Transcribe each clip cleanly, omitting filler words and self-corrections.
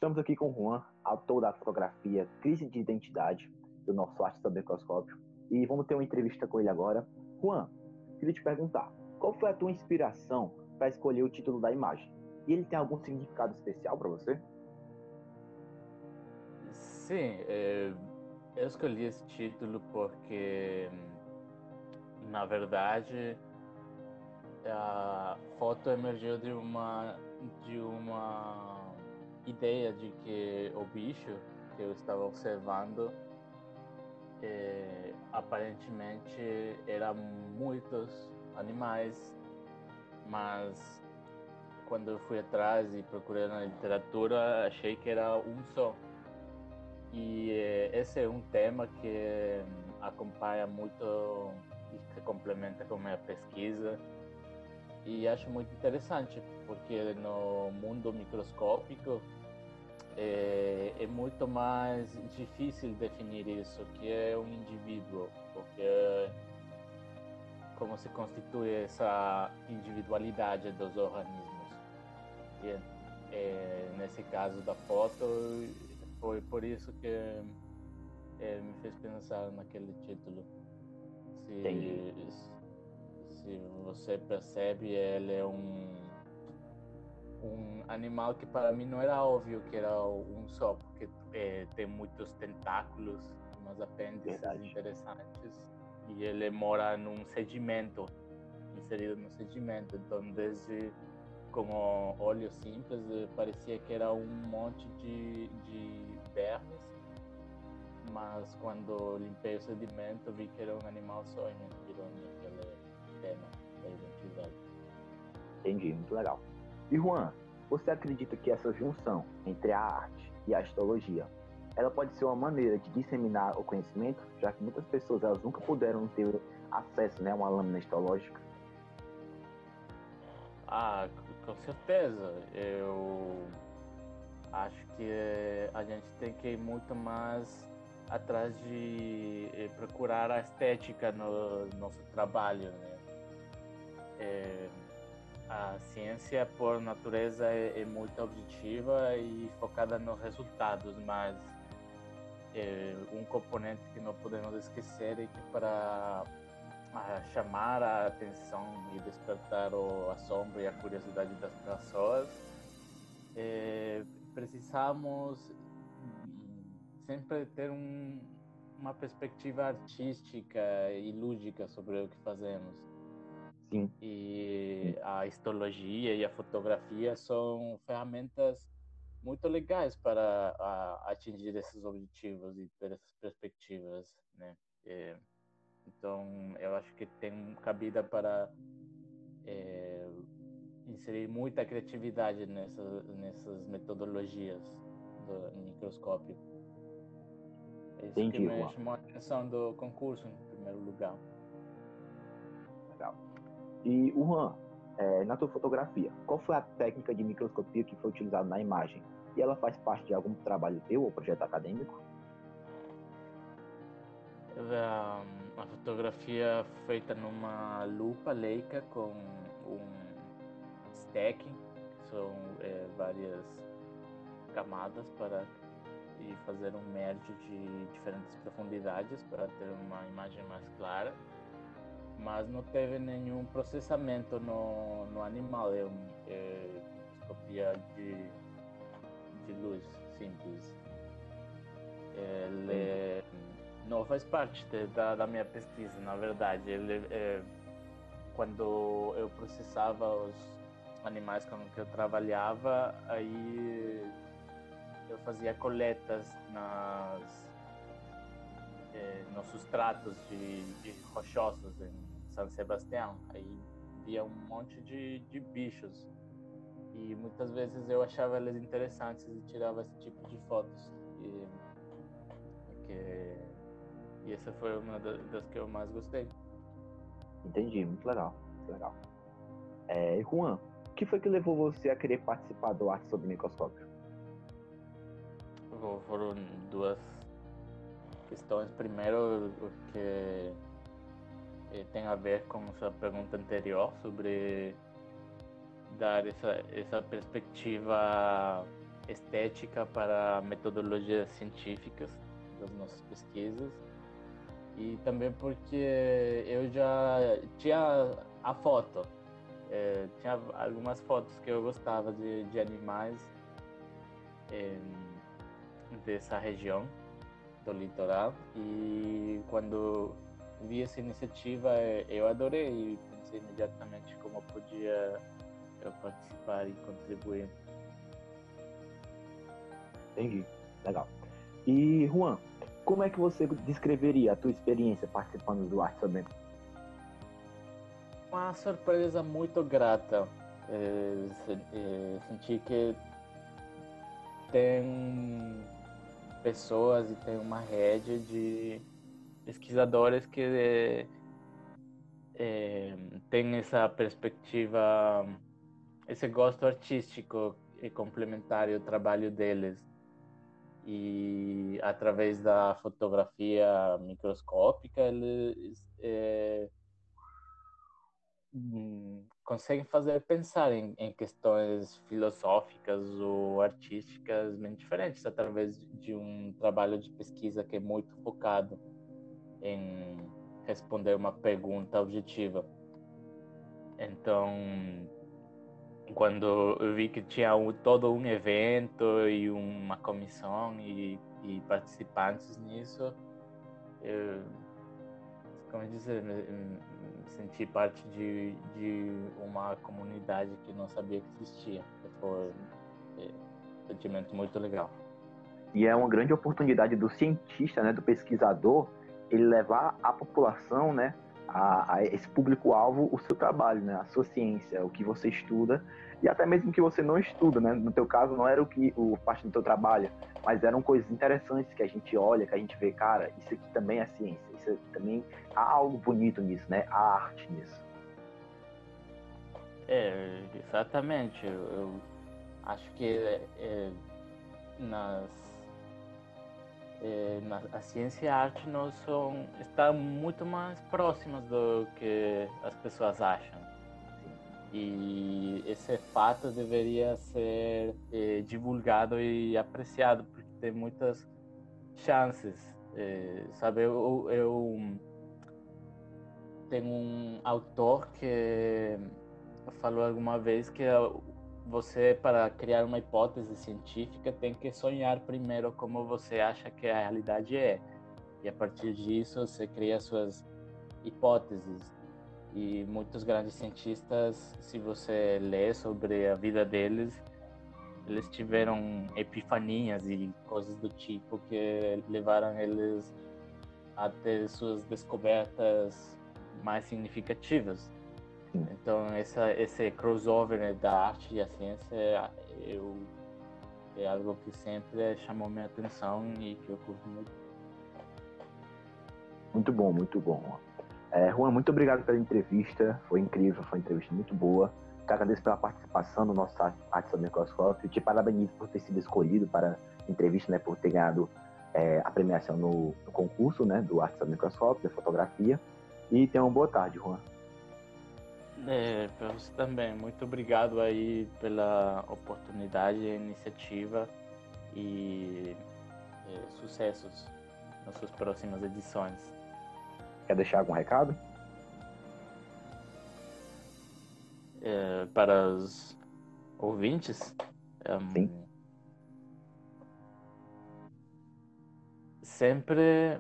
Estamos aqui com o Juan, autor da fotografia Crise de Identidade, do nosso Arte Sob Microscópio, e vamos ter uma entrevista com ele agora. Juan, queria te perguntar, qual foi a tua inspiração para escolher o título da imagem? E ele tem algum significado especial para você? Sim, eu escolhi esse título porque, na verdade, a foto emergiu de uma ideia de que o bicho que eu estava observando aparentemente eram muitos animais, mas quando eu fui atrás e procurei na literatura, achei que era um só. E esse é um tema que acompanha muito e que complementa com a minha pesquisa. E acho muito interessante, porque no mundo microscópico é muito mais difícil definir isso, que é um indivíduo, porque como se constitui essa individualidade dos organismos. E nesse caso da foto, foi por isso que me fez pensar naquele título. Entendi. Se, se você percebe, ele é um animal que para mim não era óbvio que era um só, porque tem muitos tentáculos, umas apêndices Verdade. interessantes, e ele mora num sedimento, inserido no sedimento. Então, desde com o olho simples, parecia que era um monte de vermes, mas quando limpei o sedimento, vi que era um animal só e me inspirou naquele tema da identidade. Entendi, muito legal. E Juan, você acredita que essa junção entre a arte e a histologia, ela pode ser uma maneira de disseminar o conhecimento, já que muitas pessoas elas nunca puderam ter acesso, né, a uma lâmina histológica? Ah, com certeza. Eu acho que a gente tem que ir muito mais atrás de procurar a estética no nosso trabalho, né? A ciência, por natureza, é muito objetiva e focada nos resultados, mas um componente que não podemos esquecer é que para chamar a atenção e despertar o assombro e a curiosidade das pessoas, é, precisamos sempre ter uma perspectiva artística e lúdica sobre o que fazemos. Sim, E sim, a histologia e a fotografia são ferramentas muito legais para atingir esses objetivos e ter essas perspectivas, né? Então, eu acho que tem cabida para inserir muita criatividade nessas metodologias do microscópio. É isso que entendi, me Juan. chamou a atenção do concurso, em primeiro lugar. Legal. E o Juan, na tua fotografia, qual foi a técnica de microscopia que foi utilizada na imagem? E ela faz parte de algum trabalho teu ou projeto acadêmico? A fotografia feita numa lupa Leica com um stacking, que são várias camadas para e fazer um merge de diferentes profundidades para ter uma imagem mais clara, mas não teve nenhum processamento no animal, é microscopia de luz simples. Entendi. Ele não faz parte da minha pesquisa, na verdade. Quando eu processava os animais com que eu trabalhava, aí eu fazia coletas nos substratos de rochosos em São Sebastião. Aí via um monte de bichos. E muitas vezes eu achava eles interessantes e tirava esse tipo de fotos. Que, e essa foi uma das que eu mais gostei. Entendi, muito legal. Muito legal. E Juan, o que foi que levou você a querer participar do Arte Sob Microscópio? Foram duas questões. Primeiro, o que tem a ver com sua pergunta anterior sobre dar essa perspectiva estética para metodologias científicas das nossas pesquisas, e também porque eu já tinha a foto, tinha algumas fotos que eu gostava de animais dessa região do litoral, e quando vi essa iniciativa eu adorei e pensei imediatamente como podia eu participar e contribuir. Entendi. Legal. E, Juan, como é que você descreveria a tua experiência participando do Arte Sabendo? Uma surpresa muito grata. Senti que tem pessoas e tem uma rede de pesquisadores que tem essa perspectiva, esse gosto artístico e complementar ao trabalho deles. E através da fotografia microscópica eles conseguem fazer pensar em questões filosóficas ou artísticas bem diferentes através de um trabalho de pesquisa que é muito focado em responder uma pergunta objetiva. Então, quando eu vi que tinha todo um evento e uma comissão e participantes nisso, eu, como dizer, me senti parte de uma comunidade que não sabia que existia. Foi um sentimento muito legal. E é uma grande oportunidade do cientista, né, do pesquisador, ele levar à população, né, a esse público-alvo o seu trabalho, né, a sua ciência, o que você estuda, e até mesmo que você não estuda, né, no teu caso não era o parte do teu trabalho, mas eram coisas interessantes que a gente olha, que a gente vê, cara, isso aqui também é ciência, isso aqui também há algo bonito nisso, né, há arte nisso. Exatamente. Eu acho que a ciência e a arte estão muito mais próximas do que as pessoas acham. E esse fato deveria ser divulgado e apreciado, porque tem muitas chances. Sabe, eu tenho um autor que falou alguma vez que você, para criar uma hipótese científica, tem que sonhar primeiro como você acha que a realidade é. E a partir disso, você cria suas hipóteses. E muitos grandes cientistas, se você lê sobre a vida deles, eles tiveram epifanias e coisas do tipo que levaram eles a ter suas descobertas mais significativas. Então, esse crossover da arte e a ciência é algo que sempre chamou minha atenção e que eu curto muito. Muito bom, muito bom. Juan, muito obrigado pela entrevista, foi incrível, foi uma entrevista muito boa. Te agradeço pela participação no nosso Arte Sobre Microscópio. Te parabenizo por ter sido escolhido para a entrevista, né, por ter ganhado a premiação no concurso, né, do Arte Sobre Microscópio, da fotografia. E tenha uma boa tarde, Juan. Para você também. Muito obrigado aí pela oportunidade e iniciativa e sucessos nas suas próximas edições. Quer deixar algum recado? Para os ouvintes, Sim. Sempre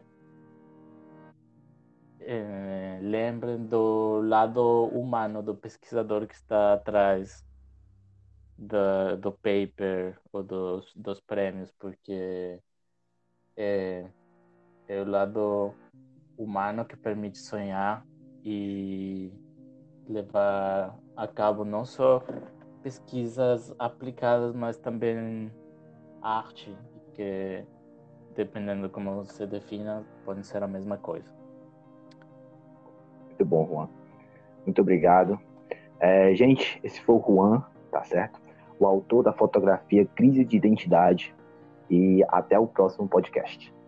lembrem do lado humano do pesquisador que está atrás do paper ou dos prêmios, porque é o lado humano que permite sonhar e levar a cabo não só pesquisas aplicadas, mas também arte, que dependendo de como você defina, pode ser a mesma coisa. Muito bom, Juan. Muito obrigado. Gente, esse foi o Juan, tá certo? O autor da fotografia Crise de Identidade. E até o próximo podcast.